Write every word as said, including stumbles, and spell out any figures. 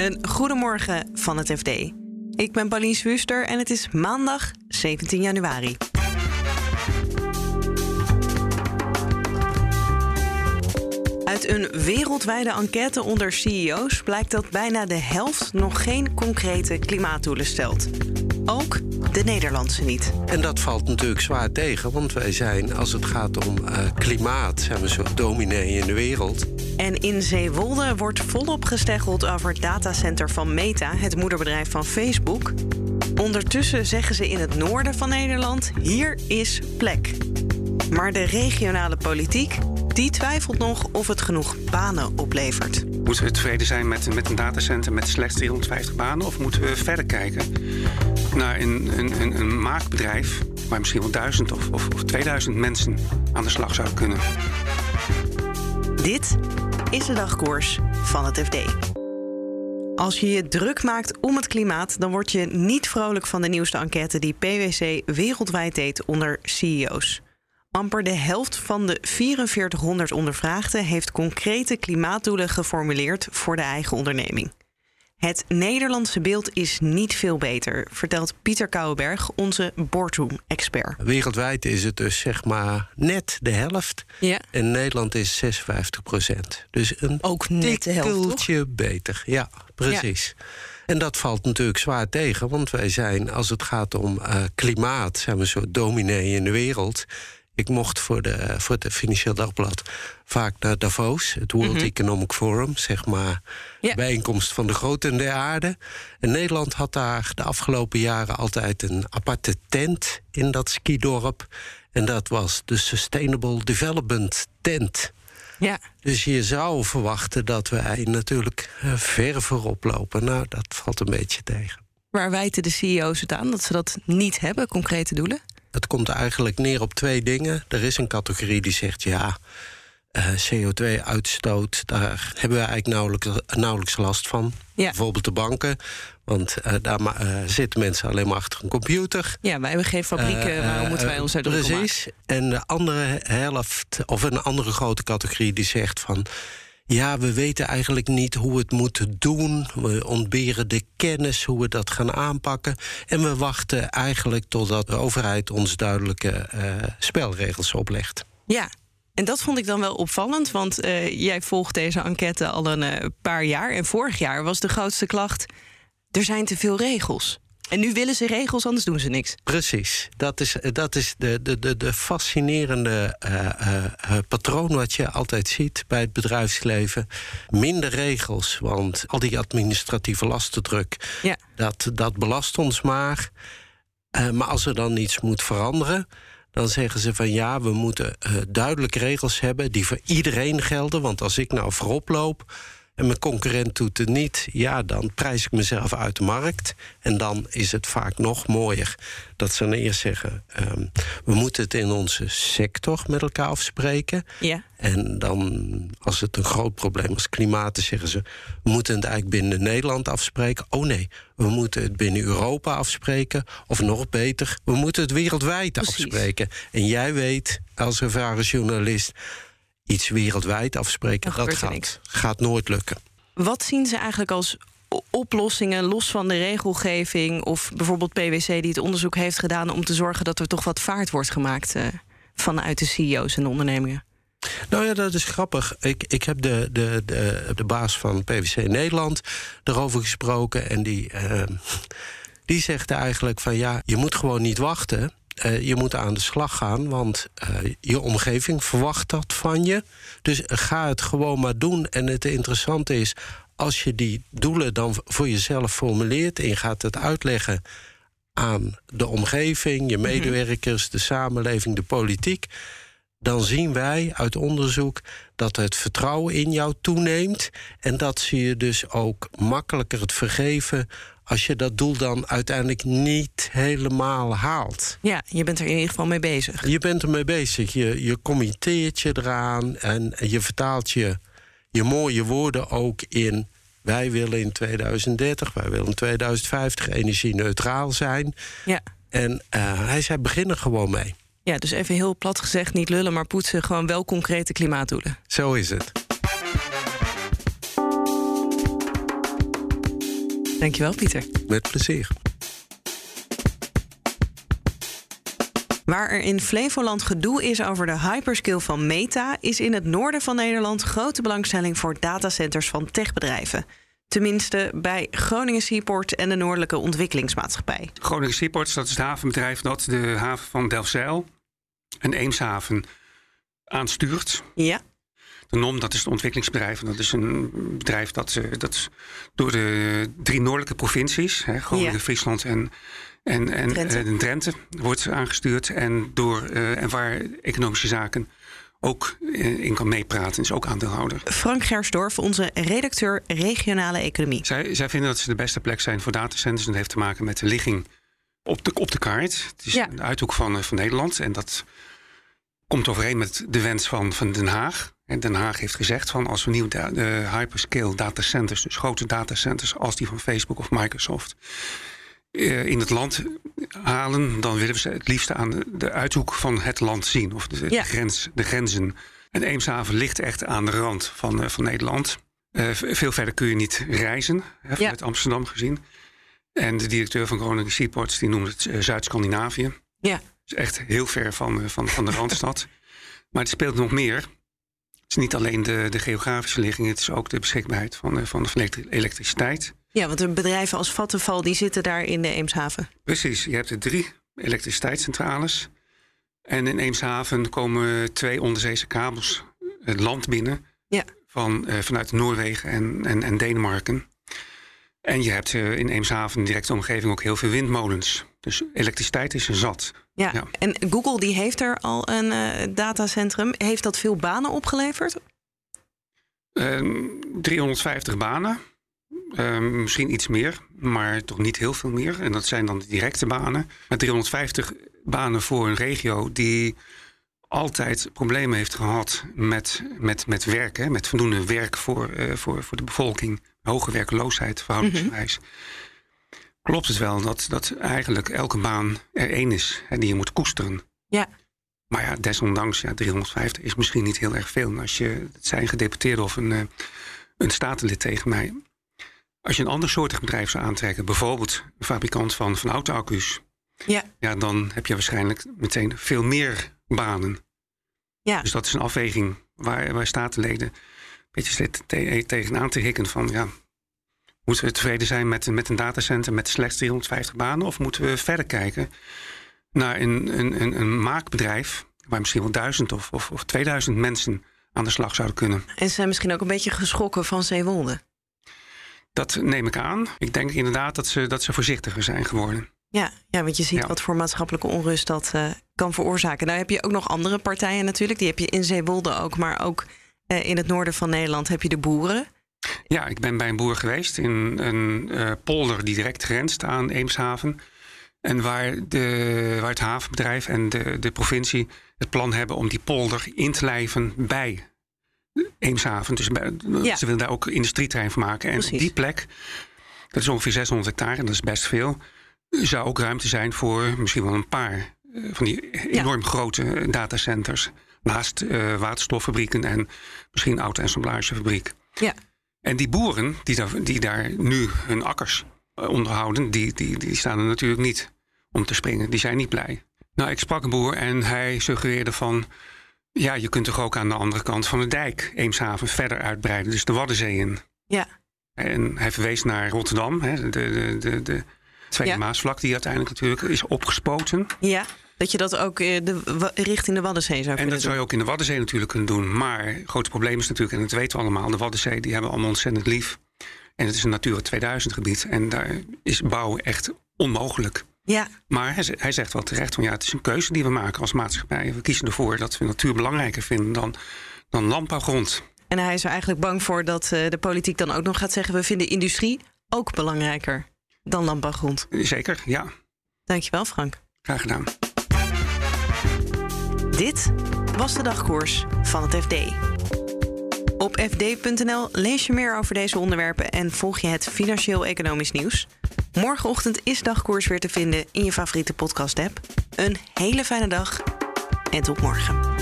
Een goedemorgen van het F D. Ik ben Pauline Swuster en het is maandag zeventien januari. Uit een wereldwijde enquête onder C E O's blijkt dat bijna de helft nog geen concrete klimaatdoelen stelt. Ook de Nederlandse niet. En dat valt natuurlijk zwaar tegen, want wij zijn, als het gaat om uh, klimaat, zijn we een soort dominee in de wereld. En in Zeewolde wordt volop gesteggeld over het datacenter van Meta, het moederbedrijf van Facebook. Ondertussen zeggen ze in het noorden van Nederland, hier is plek. Maar de regionale politiek, die twijfelt nog of het genoeg banen oplevert. Moeten we tevreden zijn met, met een datacenter met slechts driehonderdvijftig banen? Of moeten we verder kijken naar een, een, een, een maakbedrijf waar misschien wel duizend of, of, of tweeduizend mensen aan de slag zouden kunnen? Dit is de dagkoers van het F D. Als je je druk maakt om het klimaat, dan word je niet vrolijk van de nieuwste enquête die P W C wereldwijd deed onder C E O's. Amper de helft van de vierenveertighonderd ondervraagden heeft concrete klimaatdoelen geformuleerd voor de eigen onderneming. Het Nederlandse beeld is niet veel beter, vertelt Pieter Kouwenberg, onze boardroom-expert. Wereldwijd is het dus zeg maar net de helft. Ja. En Nederland is zesenvijftig procent. Dus een ook net de helft, tikkeltje beter. Ja, precies. Ja. En dat valt natuurlijk zwaar tegen, want wij zijn, als het gaat om uh, klimaat, zijn we een soort dominee in de wereld. Ik mocht voor, de, voor het Financieel Dagblad vaak naar Davos, het World mm-hmm. Economic Forum, zeg maar, ja. bijeenkomst van de groten der aarde. En Nederland had daar de afgelopen jaren altijd een aparte tent in dat skidorp. En dat was de Sustainable Development Tent. Ja. Dus je zou verwachten dat wij natuurlijk ver voorop lopen. Nou, dat valt een beetje tegen. Waar wijten de C E O's het aan, dat ze dat niet hebben, concrete doelen? Het komt eigenlijk neer op twee dingen. Er is een categorie die zegt, ja, uh, C O twee uitstoot, daar hebben we eigenlijk nauwelijks, nauwelijks last van. Ja. Bijvoorbeeld de banken, want uh, daar uh, zitten mensen alleen maar achter een computer. Ja, wij hebben geen fabrieken, uh, waarom moeten wij ons daar druk om maken? Precies, en de andere helft, of een andere grote categorie die zegt van, ja, we weten eigenlijk niet hoe we het moeten doen. We ontberen de kennis hoe we dat gaan aanpakken. En we wachten eigenlijk totdat de overheid ons duidelijke uh, spelregels oplegt. Ja, en dat vond ik dan wel opvallend. Want uh, jij volgt deze enquête al een uh, paar jaar. En vorig jaar was de grootste klacht, er zijn te veel regels. En nu willen ze regels, anders doen ze niks. Precies. Dat is, dat is de, de, de, de fascinerende uh, uh, patroon wat je altijd ziet bij het bedrijfsleven. Minder regels, want al die administratieve lastendruk, ja. dat, dat belast ons maar. Uh, maar als er dan iets moet veranderen, dan zeggen ze van ja, we moeten uh, duidelijke regels hebben die voor iedereen gelden. Want als ik nou voorop loop en mijn concurrent doet het niet, ja, dan prijs ik mezelf uit de markt. En dan is het vaak nog mooier dat ze dan eerst zeggen, Um, we moeten het in onze sector met elkaar afspreken. Ja. En dan, als het een groot probleem is, klimaat, dan zeggen ze, we moeten het eigenlijk binnen Nederland afspreken. Oh nee, we moeten het binnen Europa afspreken. Of nog beter, we moeten het wereldwijd Precies. afspreken. En jij weet, als ervaren journalist, iets wereldwijd afspreken, dat gaat, gaat nooit lukken. Wat zien ze eigenlijk als oplossingen, los van de regelgeving, of bijvoorbeeld P W C die het onderzoek heeft gedaan om te zorgen dat er toch wat vaart wordt gemaakt uh, vanuit de C E O's en de ondernemingen? Nou ja, dat is grappig. Ik, ik heb de, de, de, de baas van P W C Nederland erover gesproken en die, uh, die zegt eigenlijk van ja, je moet gewoon niet wachten. Uh, je moet aan de slag gaan, want uh, je omgeving verwacht dat van je. Dus ga het gewoon maar doen. En het interessante is, als je die doelen dan voor jezelf formuleert en je gaat het uitleggen aan de omgeving, je medewerkers, de samenleving, de politiek, dan zien wij uit onderzoek dat het vertrouwen in jou toeneemt en dat ze je dus ook makkelijker het vergeven als je dat doel dan uiteindelijk niet helemaal haalt. Ja, je bent er in ieder geval mee bezig. Je bent er mee bezig. Je, je committeert je eraan en je vertaalt je, je mooie woorden ook in, wij willen in tweeduizend dertig, wij willen in tweeduizend vijftig energie-neutraal zijn. Ja. En uh, hij zei, begin er gewoon mee. Ja, dus even heel plat gezegd, niet lullen, maar poetsen, gewoon wel concrete klimaatdoelen. Zo is het. Dankjewel, Pieter. Met plezier. Waar er in Flevoland gedoe is over de hyperscale van Meta, is in het noorden van Nederland grote belangstelling voor datacenters van techbedrijven. Tenminste bij Groningen Seaport en de Noordelijke Ontwikkelingsmaatschappij. Groningen Seaport, dat is het havenbedrijf dat de haven van Delfzijl en Eemshaven aanstuurt. Ja. De N O M, dat is het ontwikkelingsbedrijf. Dat is een bedrijf dat, dat door de drie noordelijke provincies, hè, Groningen, ja. Friesland en, en, en Drenthe. Uh, Drenthe, wordt aangestuurd. En, door, uh, en waar economische zaken ook uh, in kan meepraten, is ook aandeelhouder. Frank Gersdorf, onze redacteur regionale economie. Zij, zij vinden dat ze de beste plek zijn voor datacenters. En dat heeft te maken met de ligging op de, op de kaart. Het is ja. de uithoek van, van Nederland. En dat komt overeen met de wens van, van Den Haag. En Den Haag heeft gezegd van als we nieuwe da- de hyperscale datacenters, dus grote datacenters als die van Facebook of Microsoft, uh, in het land halen, dan willen we ze het liefst aan de, de uithoek van het land zien. Of de, ja. de, grens, de grenzen. En Eemshaven ligt echt aan de rand van, uh, van Nederland. Uh, veel verder kun je niet reizen, hè, vanuit ja. Amsterdam gezien. En de directeur van Groningen Seaports die noemt het uh, Zuid-Scandinavië. Ja. Dus echt heel ver van, uh, van, van de Randstad. Maar het speelt nog meer. Het is niet alleen de, de geografische ligging, het is ook de beschikbaarheid van, van, van elektriciteit. Ja, want de bedrijven als Vattenfall die zitten daar in de Eemshaven. Precies, je hebt er drie elektriciteitscentrales. En in Eemshaven komen twee onderzeese kabels het land binnen. Ja. Van, uh, vanuit Noorwegen en, en, en Denemarken. En je hebt uh, in Eemshaven in directe omgeving ook heel veel windmolens. Dus elektriciteit is er zat. Ja, ja. En Google die heeft er al een uh, datacentrum. Heeft dat veel banen opgeleverd? Uh, driehonderdvijftig banen. Uh, misschien iets meer, maar toch niet heel veel meer. En dat zijn dan de directe banen. Maar driehonderdvijftig banen voor een regio die altijd problemen heeft gehad met, met, met werken. Met voldoende werk voor, uh, voor, voor de bevolking. Hoge werkloosheid, verhoudingsgewijs. Mm-hmm. Klopt het wel dat, dat eigenlijk elke baan er één is en die je moet koesteren. Ja. Maar ja, desondanks, ja, driehonderdvijftig is misschien niet heel erg veel. Als je, het zijn gedeputeerden of een, een statenlid tegen mij. Als je een ander soortig bedrijf zou aantrekken, bijvoorbeeld een fabrikant van, van auto-accu's. Ja. Ja, dan heb je waarschijnlijk meteen veel meer banen. Ja. Dus dat is een afweging waar, waar statenleden een beetje zitten te, tegenaan te hikken van ja. Moeten we tevreden zijn met, met een datacenter met slechts driehonderdvijftig banen? Of moeten we verder kijken naar een, een, een, een maakbedrijf waar misschien wel duizend of, of, of tweeduizend mensen aan de slag zouden kunnen? En ze zijn misschien ook een beetje geschrokken van Zeewolde. Dat neem ik aan. Ik denk inderdaad dat ze, dat ze voorzichtiger zijn geworden. Ja, ja, want je ziet ja. wat voor maatschappelijke onrust dat uh, kan veroorzaken. Nou heb je ook nog andere partijen natuurlijk. Die heb je in Zeewolde ook, maar ook uh, in het noorden van Nederland heb je de boeren. Ja, ik ben bij een boer geweest in een uh, polder die direct grenst aan Eemshaven. En waar, de, waar het havenbedrijf en de, de provincie het plan hebben om die polder in te lijven bij Eemshaven. Dus bij, ja. ze willen daar ook industrieterrein van maken. En Precies. op die plek, dat is ongeveer zeshonderd hectare, en dat is best veel, zou ook ruimte zijn voor misschien wel een paar uh, van die enorm ja. grote datacenters. Naast uh, waterstoffabrieken en misschien een auto-ensemblagefabriek. Ja. En die boeren die daar, die daar nu hun akkers onderhouden, die, die, die staan er natuurlijk niet om te springen. Die zijn niet blij. Nou, ik sprak een boer en hij suggereerde van ja, je kunt toch ook aan de andere kant van de dijk Eemshaven verder uitbreiden, dus de Waddenzee in. Ja. En hij verwees naar Rotterdam, hè, de, de, de, de Tweede ja. Maasvlak, die uiteindelijk natuurlijk is opgespoten. Ja. Dat je dat ook de, richting de Waddenzee zou kunnen doen. En dat zou je ook in de Waddenzee natuurlijk kunnen doen. Maar het grote probleem is natuurlijk, en dat weten we allemaal, de Waddenzee die hebben allemaal ontzettend lief. En het is een Natura tweeduizend gebied. En daar is bouwen echt onmogelijk. Ja. Maar hij, hij zegt wel terecht, van ja, het is een keuze die we maken als maatschappij. We kiezen ervoor dat we natuur belangrijker vinden dan, dan landbouwgrond. En hij is er eigenlijk bang voor dat uh, de politiek dan ook nog gaat zeggen, we vinden industrie ook belangrijker dan landbouwgrond. Zeker, ja. Dankjewel, Frank. Graag gedaan. Dit was de dagkoers van het F D. Op f d punt n l lees je meer over deze onderwerpen en volg je het financieel-economisch nieuws. Morgenochtend is Dagkoers weer te vinden in je favoriete podcast-app. Een hele fijne dag en tot morgen.